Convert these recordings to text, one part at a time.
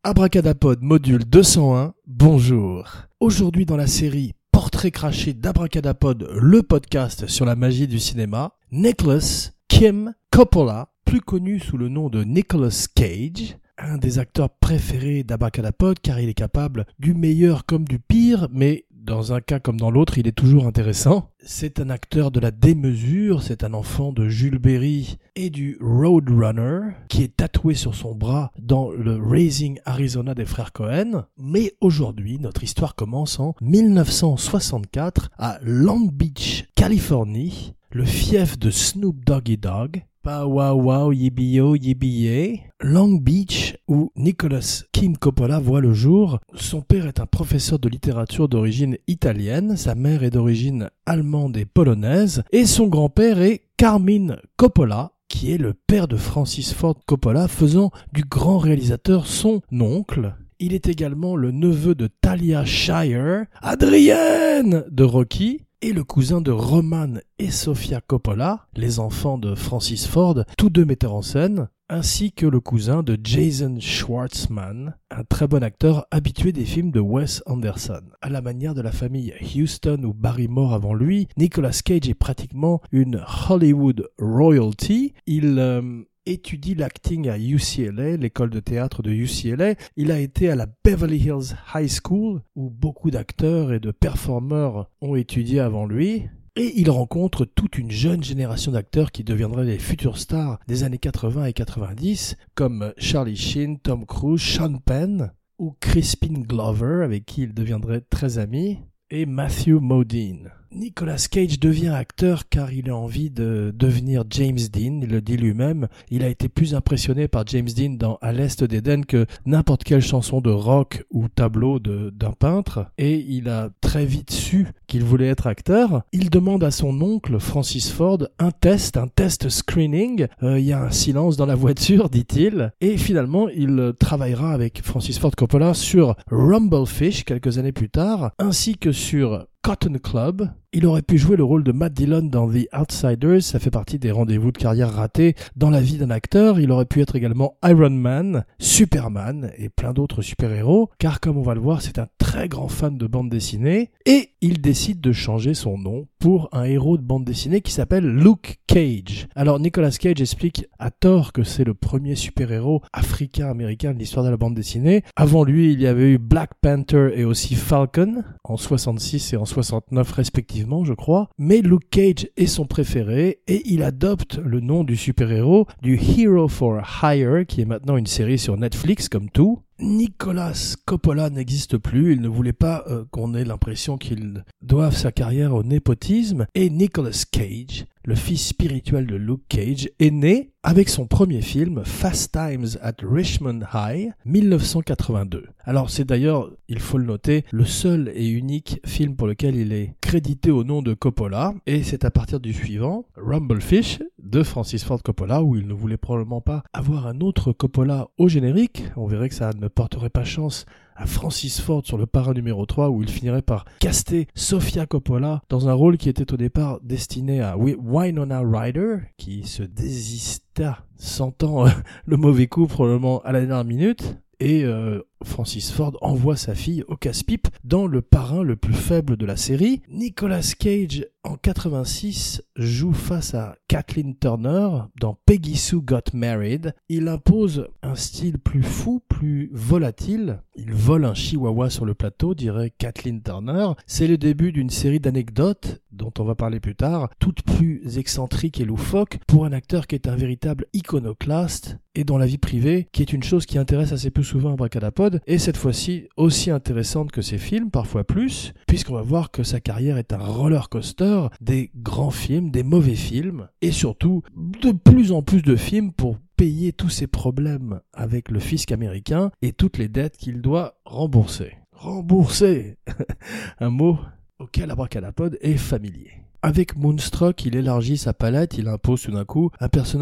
Abracadapod module 201, bonjour. Aujourd'hui dans la série Portrait craché d'Abracadapod, le podcast sur la magie du cinéma, Nicholas Kim Coppola, plus connu sous le nom de Nicolas Cage, un des acteurs préférés d'Abracadapod car il est capable du meilleur comme du pire, mais dans un cas comme dans l'autre, il est toujours intéressant. C'est un acteur de la démesure, c'est un enfant de Jules Berry et du Roadrunner, qui est tatoué sur son bras dans le Raising Arizona des frères Coen. Mais aujourd'hui, notre histoire commence en 1964 à Long Beach, Californie, le fief de Snoop Doggy Dogg. Pow wow wow yibio yibiye. Long Beach, où Nicholas Kim Coppola voit le jour. Son père est un professeur de littérature d'origine italienne, sa mère est d'origine allemande et polonaise, et son grand-père est Carmine Coppola, qui est le père de Francis Ford Coppola, faisant du grand réalisateur son oncle. Il est également le neveu de Talia Shire, Adrienne de Rocky, et le cousin de Roman et Sofia Coppola, les enfants de Francis Ford, tous deux metteurs en scène, ainsi que le cousin de Jason Schwartzman, un très bon acteur habitué des films de Wes Anderson. À la manière de la famille Houston ou Barrymore avant lui, Nicolas Cage est pratiquement une Hollywood royalty. Il étudie l'acting à UCLA, l'école de théâtre de UCLA. Il a été à la Beverly Hills High School, où beaucoup d'acteurs et de performeurs ont étudié avant lui. Et il rencontre toute une jeune génération d'acteurs qui deviendraient les futures stars des années 80 et 90, comme Charlie Sheen, Tom Cruise, Sean Penn, ou Crispin Glover, avec qui il deviendrait très ami, et Matthew Modine. Nicolas Cage devient acteur car il a envie de devenir James Dean, il le dit lui-même. Il a été plus impressionné par James Dean dans À l'Est d'Éden que n'importe quelle chanson de rock ou tableau d'un peintre, et il a très vite su qu'il voulait être acteur. Il demande à son oncle Francis Ford un test screening. Il y a un silence dans la voiture, dit-il, et finalement il travaillera avec Francis Ford Coppola sur Rumblefish quelques années plus tard, ainsi que sur Cotton Club. Il aurait pu jouer le rôle de Matt Dillon dans The Outsiders, ça fait partie des rendez-vous de carrière ratés dans la vie d'un acteur. Il aurait pu être également Iron Man, Superman et plein d'autres super-héros, car comme on va le voir, c'est un très grand fan de bande dessinée, et il décide de changer son nom pour un héros de bande dessinée qui s'appelle Luke Cage. Alors Nicolas Cage explique à tort que c'est le premier super-héros africain-américain de l'histoire de la bande dessinée. Avant lui, il y avait eu Black Panther et aussi Falcon, en 66 et en 69 respectivement, je crois. Mais Luke Cage est son préféré et il adopte le nom du super-héros du Hero for Hire, qui est maintenant une série sur Netflix comme tout. Nicolas Coppola n'existe plus, il ne voulait pas qu'on ait l'impression qu'il doive sa carrière au népotisme, et Nicolas Cage, le fils spirituel de Luke Cage, est né avec son premier film Fast Times at Richmond High, 1982. Alors c'est d'ailleurs, il faut le noter, le seul et unique film pour lequel il est crédité au nom de Coppola, et c'est à partir du suivant, Rumblefish, de Francis Ford Coppola, où il ne voulait probablement pas avoir un autre Coppola au générique. On verrait que ça ne porterait pas chance à Francis Ford sur le parrain numéro 3, où il finirait par caster Sofia Coppola dans un rôle qui était au départ destiné à Winona Ryder, qui se désista, sentant le mauvais coup probablement à la dernière minute, et Francis Ford envoie sa fille au casse-pipe dans le parrain le plus faible de la série. Nicolas Cage, en 86, joue face à Kathleen Turner dans Peggy Sue Got Married. Il impose un style plus fou, plus volatile. Il vole un chihuahua sur le plateau, dirait Kathleen Turner. C'est le début d'une série d'anecdotes, dont on va parler plus tard, toutes plus excentriques et loufoques, pour un acteur qui est un véritable iconoclaste, et dans la vie privée, qui est une chose qui intéresse assez peu souvent Abracadapod, et cette fois-ci aussi intéressante que ses films, parfois plus, puisqu'on va voir que sa carrière est un roller coaster, des grands films, des mauvais films, et surtout de plus en plus de films pour payer tous ses problèmes avec le fisc américain et toutes les dettes qu'il doit rembourser. Rembourser un mot auquel Abracadapod est familier. Avec Moonstruck, il élargit sa palette, il impose tout d'un coup un personnage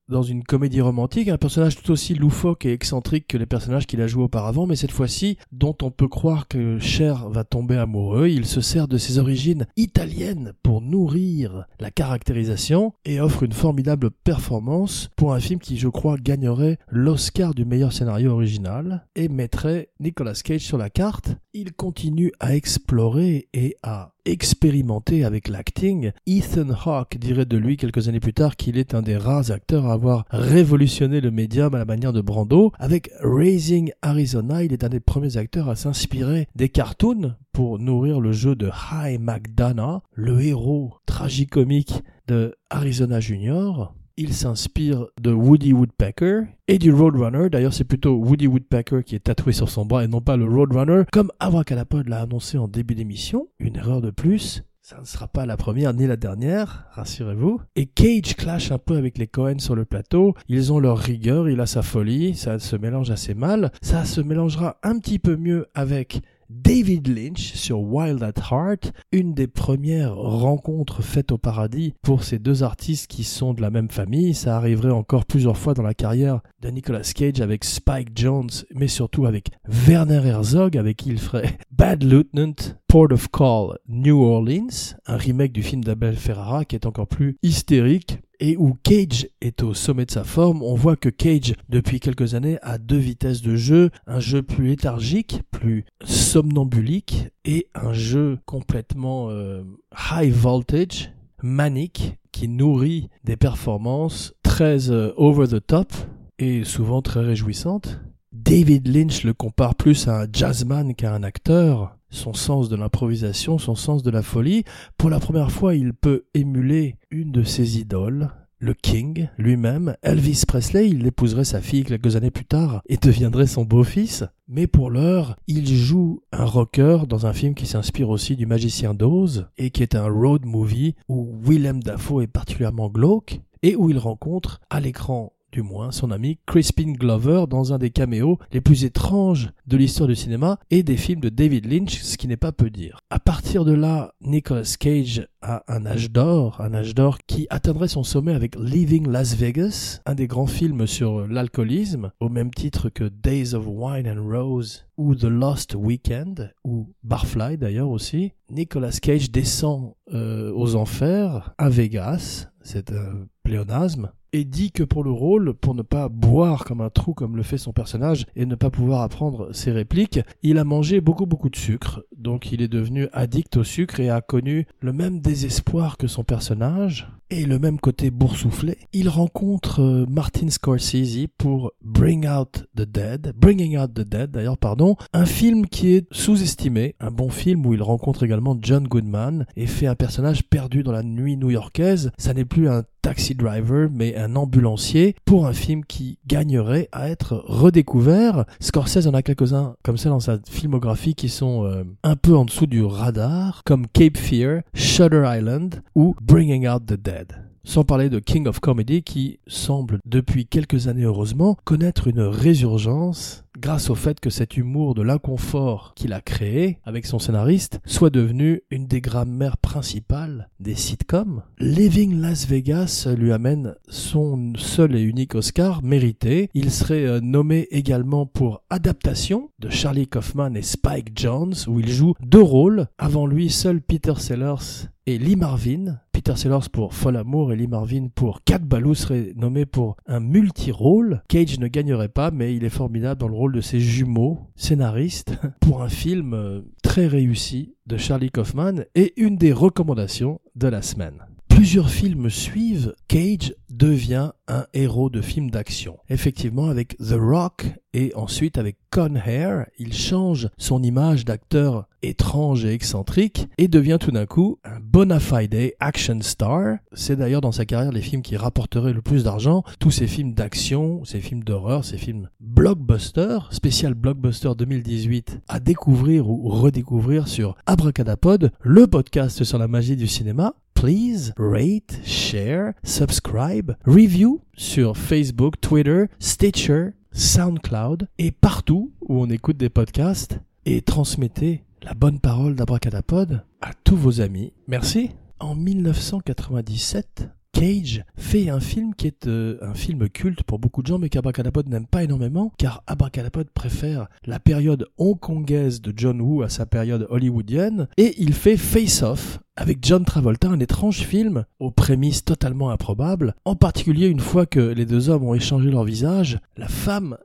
dans une comédie romantique, un personnage tout aussi loufoque et excentrique que les personnages qu'il a joués auparavant, mais cette fois-ci, dont on peut croire que Cher va tomber amoureux. Il se sert de ses origines italiennes pour nourrir la caractérisation et offre une formidable performance pour un film qui, je crois, gagnerait l'Oscar du meilleur scénario original et mettrait Nicolas Cage sur la carte. Il continue à explorer et à expérimenté avec l'acting. Ethan Hawke dirait de lui quelques années plus tard qu'il est un des rares acteurs à avoir révolutionné le médium à la manière de Brando. Avec Raising Arizona, il est un des premiers acteurs à s'inspirer des cartoons pour nourrir le jeu de High McDonough, le héros tragicomique de Arizona Junior. Il s'inspire de Woody Woodpecker et du Roadrunner. D'ailleurs, c'est plutôt Woody Woodpecker qui est tatoué sur son bras et non pas le Roadrunner, comme Abracadapod l'a annoncé en début d'émission. Une erreur de plus. Ça ne sera pas la première ni la dernière, rassurez-vous. Et Cage clash un peu avec les Coen sur le plateau. Ils ont leur rigueur, il a sa folie, ça se mélange assez mal. Ça se mélangera un petit peu mieux avec David Lynch sur Wild at Heart, une des premières rencontres faites au paradis pour ces deux artistes qui sont de la même famille. Ça arriverait encore plusieurs fois dans la carrière de Nicolas Cage avec Spike Jonze, mais surtout avec Werner Herzog, avec qui il ferait Bad Lieutenant, Port of Call, New Orleans, un remake du film d'Abel Ferrara qui est encore plus hystérique et où Cage est au sommet de sa forme. On voit que Cage, depuis quelques années, a deux vitesses de jeu, un jeu plus léthargique, plus somnambulique, et un jeu complètement high voltage, manique, qui nourrit des performances très over the top et souvent très réjouissantes. David Lynch le compare plus à un jazzman qu'à un acteur. Son sens de l'improvisation, son sens de la folie. Pour la première fois, il peut émuler une de ses idoles, le King lui-même. Elvis Presley, il épouserait sa fille quelques années plus tard et deviendrait son beau-fils. Mais pour l'heure, il joue un rocker dans un film qui s'inspire aussi du Magicien d'Oz et qui est un road movie où Willem Dafoe est particulièrement glauque et où il rencontre à l'écran du moins son ami Crispin Glover dans un des caméos les plus étranges de l'histoire du cinéma et des films de David Lynch, ce qui n'est pas peu dire. À partir de là, Nicolas Cage a un âge d'or qui atteindrait son sommet avec Leaving Las Vegas, un des grands films sur l'alcoolisme, au même titre que Days of Wine and Rose ou The Lost Weekend, ou Barfly d'ailleurs aussi. Nicolas Cage descend aux enfers à Vegas, c'est un pléonasme, et dit que pour le rôle, pour ne pas boire comme un trou comme le fait son personnage et ne pas pouvoir apprendre ses répliques, il a mangé beaucoup de sucre. Donc il est devenu addict au sucre et a connu le même désespoir que son personnage et le même côté boursouflé. Il rencontre Martin Scorsese pour Bringing Out the Dead, un film qui est sous-estimé, un bon film où il rencontre également John Goodman et fait un personnage perdu dans la nuit new-yorkaise. Ça n'est plus un taxi driver, mais un ambulancier, pour un film qui gagnerait à être redécouvert. Scorsese en a quelques-uns comme ça dans sa filmographie qui sont un peu en dessous du radar, comme Cape Fear, Shutter Island ou Bringing Out the Dead. Sans parler de King of Comedy qui semble, depuis quelques années heureusement, connaître une résurgence grâce au fait que cet humour de l'inconfort qu'il a créé avec son scénariste soit devenu une des grammaires principales des sitcoms. Leaving Las Vegas lui amène son seul et unique Oscar mérité. Il serait nommé également pour adaptation de Charlie Kaufman et Spike Jonze où il joue deux rôles. Avant lui, seul Peter Sellers et Lee Marvin. Peter Sellers pour Fol Amour et Lee Marvin pour Cat Ballou serait nommé pour un multi-rôle. Cage ne gagnerait pas, mais il est formidable dans le rôle de ses jumeaux scénaristes pour un film très réussi de Charlie Kaufman et une des recommandations de la semaine. Plusieurs films suivent, Cage devient un héros de film d'action. Effectivement, avec The Rock et ensuite avec Con Air, il change son image d'acteur étrange et excentrique et devient tout d'un coup un bona fide action star. C'est d'ailleurs dans sa carrière les films qui rapporteraient le plus d'argent. Tous ces films d'action, ces films d'horreur, ces films blockbuster, spécial blockbuster 2018 à découvrir ou redécouvrir sur Abracadapod, le podcast sur la magie du cinéma. Please rate, share, subscribe, review sur Facebook, Twitter, Stitcher, SoundCloud et partout où on écoute des podcasts et transmettez la bonne parole d'Abracadapod à tous vos amis. Merci. En 1997, Cage fait un film qui est un film culte pour beaucoup de gens, mais qu'Abracadapod n'aime pas énormément, car Abracadapod préfère la période hongkongaise de John Woo à sa période hollywoodienne, et il fait Face Off avec John Travolta, un étrange film aux prémices totalement improbables, en particulier une fois que les deux hommes ont échangé leur visage, la femme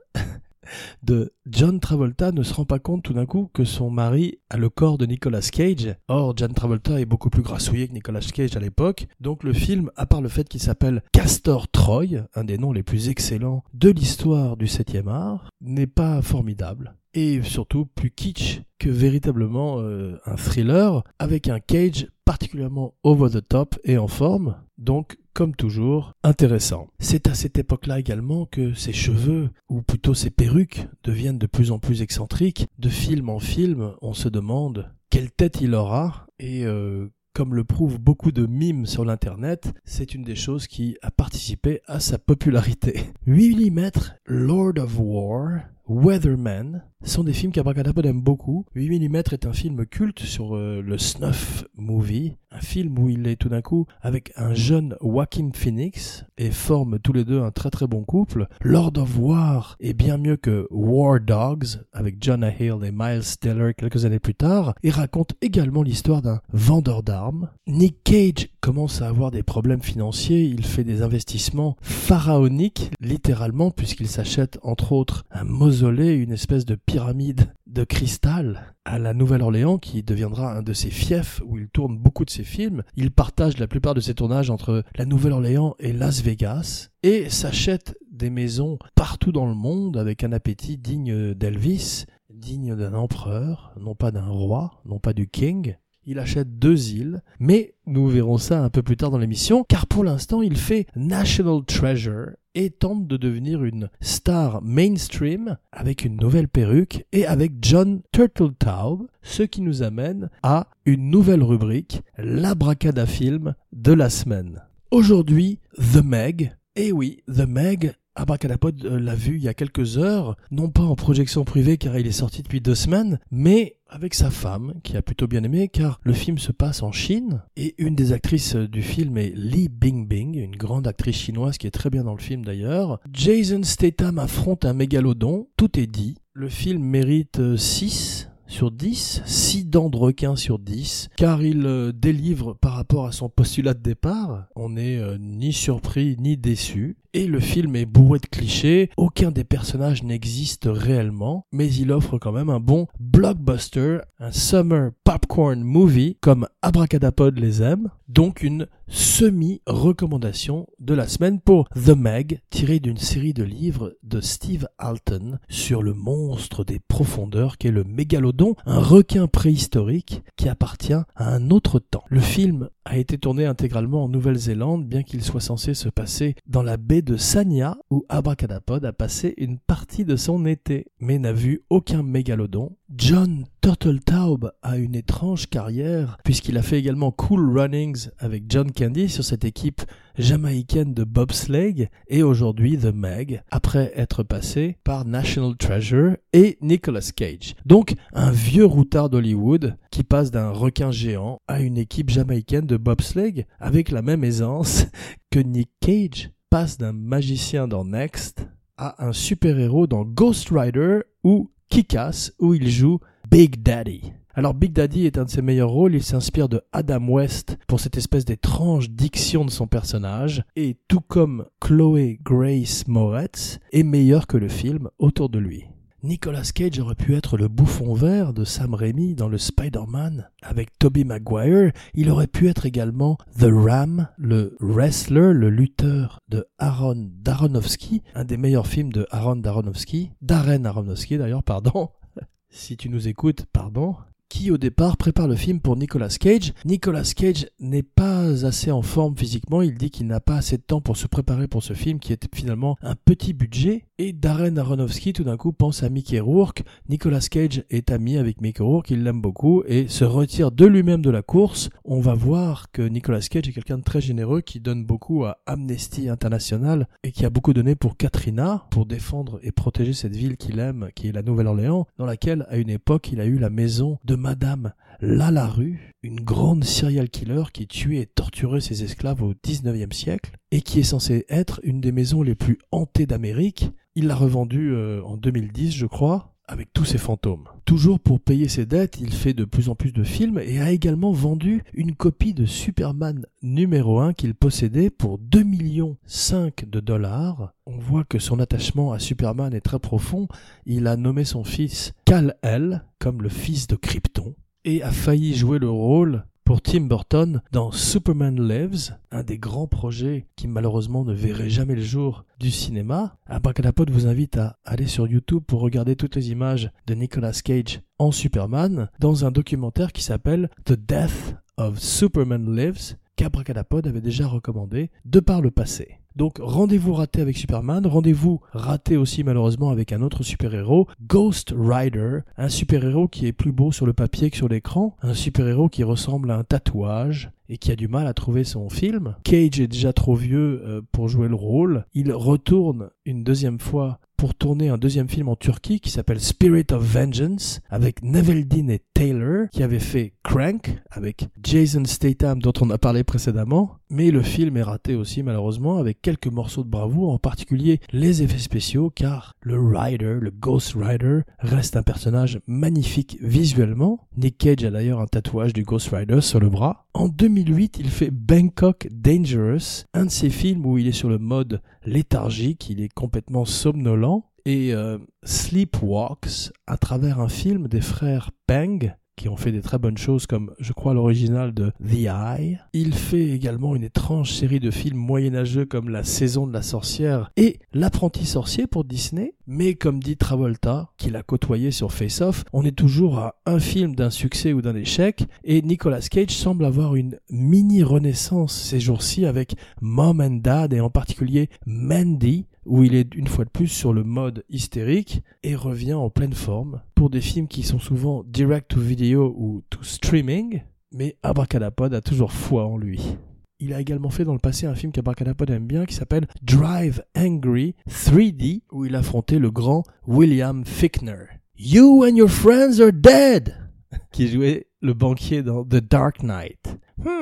de John Travolta ne se rend pas compte tout d'un coup que son mari a le corps de Nicolas Cage. Or, John Travolta est beaucoup plus grassouillé que Nicolas Cage à l'époque. Donc le film, à part le fait qu'il s'appelle Castor Troy, un des noms les plus excellents de l'histoire du 7e art, n'est pas formidable. Et surtout plus kitsch que véritablement un thriller, avec un Cage particulièrement over the top et en forme, donc comme toujours intéressant. C'est à cette époque-là également que ses cheveux, ou plutôt ses perruques, deviennent de plus en plus excentriques. De film en film, on se demande quelle tête il aura, et comme le prouvent beaucoup de mimes sur l'internet, c'est une des choses qui a participé à sa popularité. 8 mm, Lord of War, Weatherman sont des films qu'Abracadapod aime beaucoup. 8 mm est un film culte sur le snuff movie, un film où il est tout d'un coup avec un jeune Joaquin Phoenix et forment tous les deux un très très bon couple. Lord of War est bien mieux que War Dogs avec Jonah Hill et Miles Teller quelques années plus tard et raconte également l'histoire d'un vendeur d'armes. Nick Cage commence à avoir des problèmes financiers, il fait des investissements pharaoniques littéralement puisqu'il s'achète entre autres un mausolée, une espèce de pyramide de cristal à la Nouvelle-Orléans qui deviendra un de ses fiefs où il tourne beaucoup de ses films. Il partage la plupart de ses tournages entre la Nouvelle-Orléans et Las Vegas et s'achète des maisons partout dans le monde avec un appétit digne d'Elvis, digne d'un empereur, non pas d'un roi, non pas du king. Il achète 2 îles, mais nous verrons ça un peu plus tard dans l'émission, car pour l'instant il fait National Treasure et tente de devenir une star mainstream avec une nouvelle perruque et avec John Turteltaub, ce qui nous amène à une nouvelle rubrique, l'Abracadafilm de la semaine. Aujourd'hui, The Meg. Et oui, The Meg, Abracadapod l'a vu il y a quelques heures, non pas en projection privée car il est sorti depuis 2 semaines, mais avec sa femme, qui a plutôt bien aimé, car le film se passe en Chine, et une des actrices du film est Li Bingbing, une grande actrice chinoise qui est très bien dans le film d'ailleurs. Jason Statham affronte un mégalodon, tout est dit. Le film mérite 6 sur 10, 6 dents de requin sur 10, car il délivre par rapport à son postulat de départ. On n'est ni surpris ni déçu. Et le film est bourré de clichés, aucun des personnages n'existe réellement, mais il offre quand même un bon blockbuster, un summer popcorn movie, comme Abracadapod les aime, donc une semi-recommandation de la semaine pour The Meg, tirée d'une série de livres de Steve Alton sur le monstre des profondeurs qu'est le mégalodon, un requin préhistorique qui appartient à un autre temps. Le film a été tourné intégralement en Nouvelle-Zélande, bien qu'il soit censé se passer dans la baie de Sanya, où Abracadapod a passé une partie de son été, mais n'a vu aucun mégalodon. John Turteltaub a une étrange carrière, puisqu'il a fait également Cool Runnings avec John Candy sur cette équipe jamaïcaine de bobsleigh, et aujourd'hui The Meg, après être passé par National Treasure et Nicolas Cage. Donc un vieux routard d'Hollywood qui passe d'un requin géant à une équipe jamaïcaine de bobsleigh avec la même aisance que Nick Cage passe d'un magicien dans Next à un super-héros dans Ghost Rider ou Kick-Ass où il joue Big Daddy. Alors Big Daddy est un de ses meilleurs rôles, il s'inspire de Adam West pour cette espèce d'étrange diction de son personnage, et tout comme Chloé Grace Moretz, est meilleur que le film autour de lui. Nicolas Cage aurait pu être le bouffon vert de Sam Raimi dans le Spider-Man avec Tobey Maguire. Il aurait pu être également The Ram, le wrestler, le lutteur de Aaron Darren-Aronofsky, un des meilleurs films de Darren Aronofsky d'ailleurs, pardon. Si tu nous écoutes, pardon. Qui au départ prépare le film pour Nicolas Cage. Nicolas Cage n'est pas assez en forme physiquement, il dit qu'il n'a pas assez de temps pour se préparer pour ce film qui est finalement un petit budget, et Darren Aronofsky tout d'un coup pense à Mickey Rourke. Nicolas Cage est ami avec Mickey Rourke, il l'aime beaucoup et se retire de lui-même de la course. On va voir que Nicolas Cage est quelqu'un de très généreux qui donne beaucoup à Amnesty International et qui a beaucoup donné pour Katrina, pour défendre et protéger cette ville qu'il aime, qui est la Nouvelle-Orléans, dans laquelle à une époque il a eu la maison de Madame Lallarue, une grande serial killer qui tuait et torturait ses esclaves au 19e siècle et qui est censée être une des maisons les plus hantées d'Amérique. Il l'a revendue en 2010, je crois, avec tous ses fantômes. Toujours pour payer ses dettes, il fait de plus en plus de films et a également vendu une copie de Superman numéro 1 qu'il possédait pour 2,5 millions de dollars. On voit que son attachement à Superman est très profond. Il a nommé son fils Kal-El, comme le fils de Krypton, et a failli jouer le rôle pour Tim Burton dans Superman Lives, un des grands projets qui malheureusement ne verrait jamais le jour du cinéma. Abracadapod vous invite à aller sur YouTube pour regarder toutes les images de Nicolas Cage en Superman dans un documentaire qui s'appelle The Death of Superman Lives, qu'Abracadapod avait déjà recommandé de par le passé. Donc rendez-vous raté avec Superman, rendez-vous raté aussi malheureusement avec un autre super-héros, Ghost Rider, un super-héros qui est plus beau sur le papier que sur l'écran, un super-héros qui ressemble à un tatouage et qui a du mal à trouver son film. Cage est déjà trop vieux pour jouer le rôle. Il retourne une deuxième fois pour tourner un deuxième film en Turquie qui s'appelle Spirit of Vengeance avec Neveldin et Taylor qui avait fait Crank avec Jason Statham dont on a parlé précédemment. Mais le film est raté aussi malheureusement avec quelques morceaux de bravoure, en particulier les effets spéciaux car le Rider, le Ghost Rider, reste un personnage magnifique visuellement. Nick Cage a d'ailleurs un tatouage du Ghost Rider sur le bras. En 2008, il fait Bangkok Dangerous, un de ces films où il est sur le mode léthargique, il est complètement somnolent, et Sleepwalks à travers un film des frères Peng, qui ont fait des très bonnes choses comme, je crois, l'original de The Eye. Il fait également une étrange série de films moyenâgeux comme La Saison de la Sorcière et L'Apprenti Sorcier pour Disney. Mais comme dit Travolta, qu'il a côtoyé sur Face Off, on est toujours à un film d'un succès ou d'un échec, et Nicolas Cage semble avoir une mini-renaissance ces jours-ci avec Mom and Dad et en particulier Mandy, où il est une fois de plus sur le mode hystérique et revient en pleine forme pour des films qui sont souvent direct to video ou to streaming, mais Abracadapod a toujours foi en lui. Il a également fait dans le passé un film qu'Abracadapod aime bien qui s'appelle Drive Angry 3D, où il affrontait le grand William Fichtner. You and your friends are dead, qui jouait le banquier dans The Dark Knight.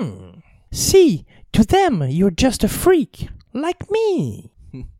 See, to them you're just a freak, like me.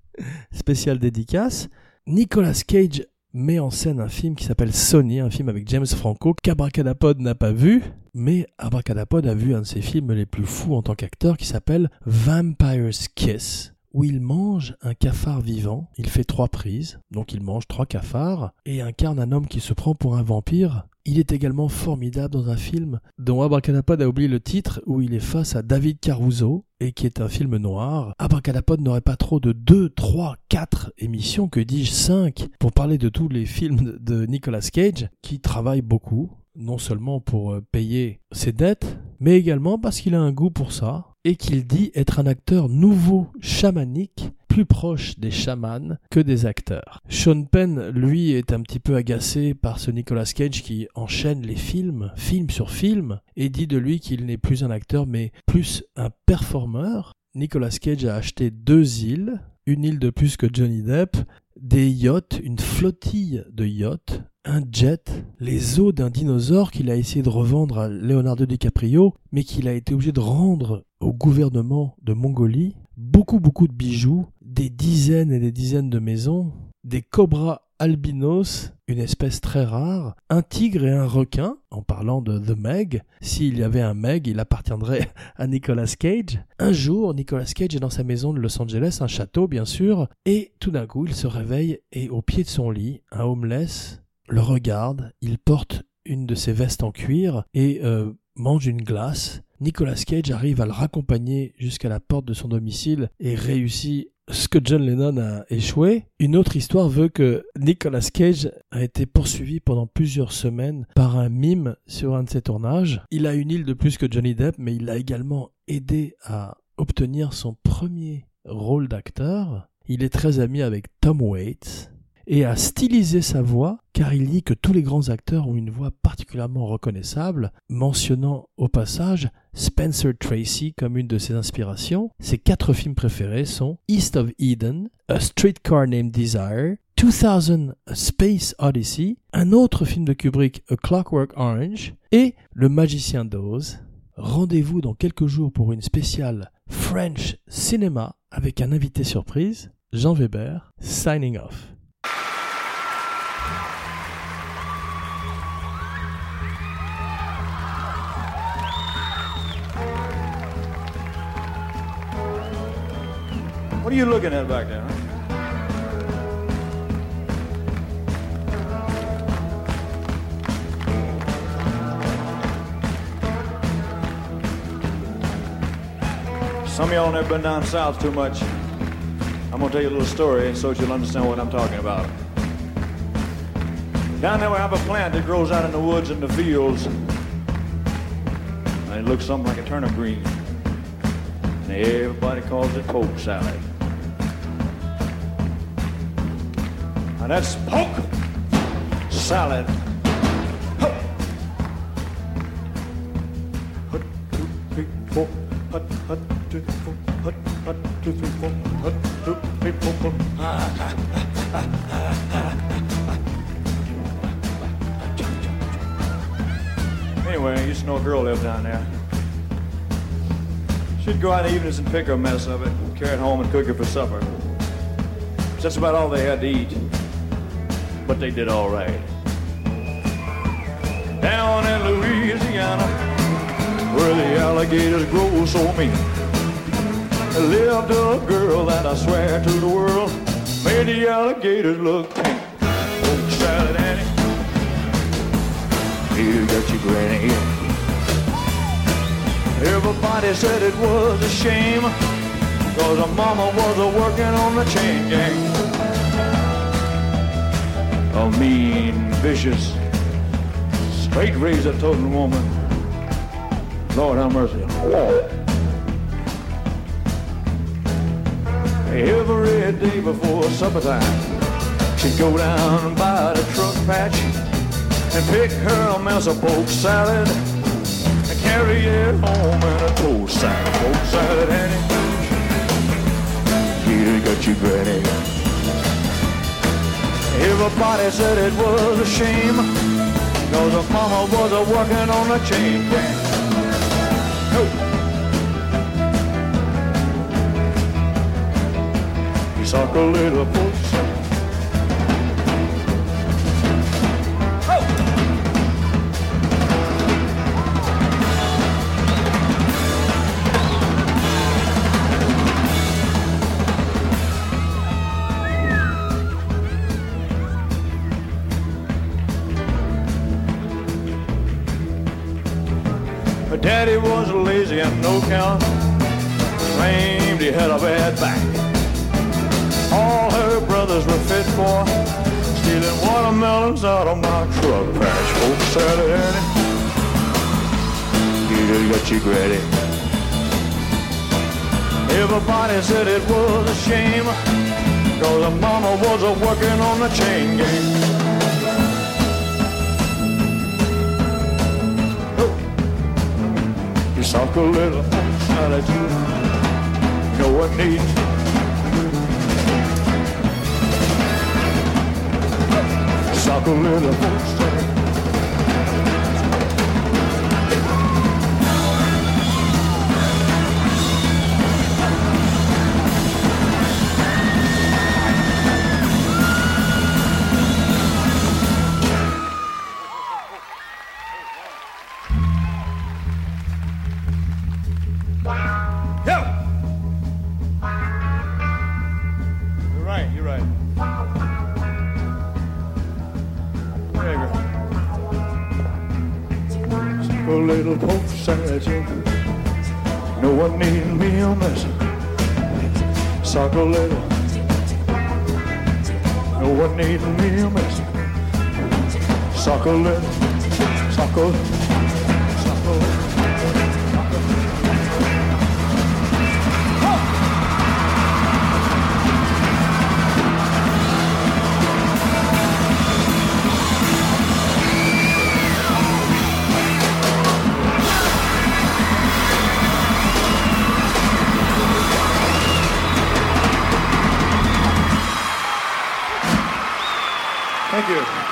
Spéciale dédicace, Nicolas Cage met en scène un film qui s'appelle Sonny, un film avec James Franco qu'Abracadapod n'a pas vu, mais Abracadapod a vu un de ses films les plus fous en tant qu'acteur qui s'appelle Vampire's Kiss, où il mange un cafard vivant. Il fait 3 prises, donc il mange 3 cafards et incarne un homme qui se prend pour un vampire. Il est également formidable dans un film dont Abracadapod a oublié le titre, où il est face à David Caruso, et qui est un film noir. Abracadapod n'aurait pas trop de 2, 3, 4 émissions, que dis-je 5, pour parler de tous les films de Nicolas Cage, qui travaille beaucoup, non seulement pour payer ses dettes, mais également parce qu'il a un goût pour ça, et qu'il dit être un acteur nouveau chamanique, plus proche des chamans que des acteurs. Sean Penn, lui, est un petit peu agacé par ce Nicolas Cage qui enchaîne les films, film sur film, et dit de lui qu'il n'est plus un acteur mais plus un performeur. Nicolas Cage a acheté 2 îles, une île de plus que Johnny Depp, des yachts, une flottille de yachts, un jet, les os d'un dinosaure qu'il a essayé de revendre à Leonardo DiCaprio, mais qu'il a été obligé de rendre au gouvernement de Mongolie, beaucoup de bijoux, des dizaines et des dizaines de maisons, des cobras albinos, une espèce très rare, un tigre et un requin, en parlant de The Meg. S'il y avait un Meg, il appartiendrait à Nicolas Cage. Un jour, Nicolas Cage est dans sa maison de Los Angeles, un château bien sûr, et tout d'un coup, il se réveille et au pied de son lit, un homeless le regarde, il porte une de ses vestes en cuir et mange une glace. Nicolas Cage arrive à le raccompagner jusqu'à la porte de son domicile et réussit ce que John Lennon a échoué. Une autre histoire veut que Nicolas Cage a été poursuivi pendant plusieurs semaines par un mime sur un de ses tournages. Il a une île de plus que Johnny Depp, mais il a également aidé à obtenir son premier rôle d'acteur. Il est très ami avec Tom Waits et a stylisé sa voix, car il dit que tous les grands acteurs ont une voix particulièrement reconnaissable, mentionnant au passage Spencer Tracy comme une de ses inspirations. Ses 4 films préférés sont East of Eden, A Streetcar Named Desire, 2000 A Space Odyssey, un autre film de Kubrick, A Clockwork Orange, et Le Magicien d'Oz. Rendez-vous dans quelques jours pour une spéciale French Cinema avec un invité surprise, Jean Weber, signing off. What are you looking at back there? Huh? Some of y'all never been down south too much. I'm gonna tell you a little story so that you'll understand what I'm talking about. Down there we have a plant that grows out in the woods and the fields. And it looks something like a turnip green. And everybody calls it poke salad. Now that's poke salad. Hut, 2, 3, 4. Hut, 2, 3, 4. Hut, 2, 3, 4. Hut, 2, 3, 4. Anyway, I used to know a girl lived down there. She'd go out in the evenings and pick her a mess of it, carry it home and cook it for supper. That's about all they had to eat. But they did all right. Down in Louisiana, where the alligators grow so mean, there lived a girl that I swear to the world made the alligators look pink. Poke salad, Annie, you got your granny. Everybody said it was a shame, cause her mama was working on the chain gang. A mean, vicious, straight razor-toting woman. Lord have mercy. Every day before supper time, she'd go down by the truck patch and pick her a mess of poke salad and carry it home in a toast sack. Poke salad, Annie, you got your granny. Everybody said it was a shame, cause her mama was working on the chain gang. He suck a little pussy. Her daddy was lazy and no count, claimed he had a bad back. All her brothers were fit for stealing watermelons out of my truck patch. Poke salad, Annie, you got your granny. Everybody said it was a shame, cause her mama was working on the chain gang. Suck a little salad, no one needs. Suck a little salad. Little poke salad, no one need me a mess. Suck a little, no one need me a mess. Suck a little, suck a little, suck a little. you.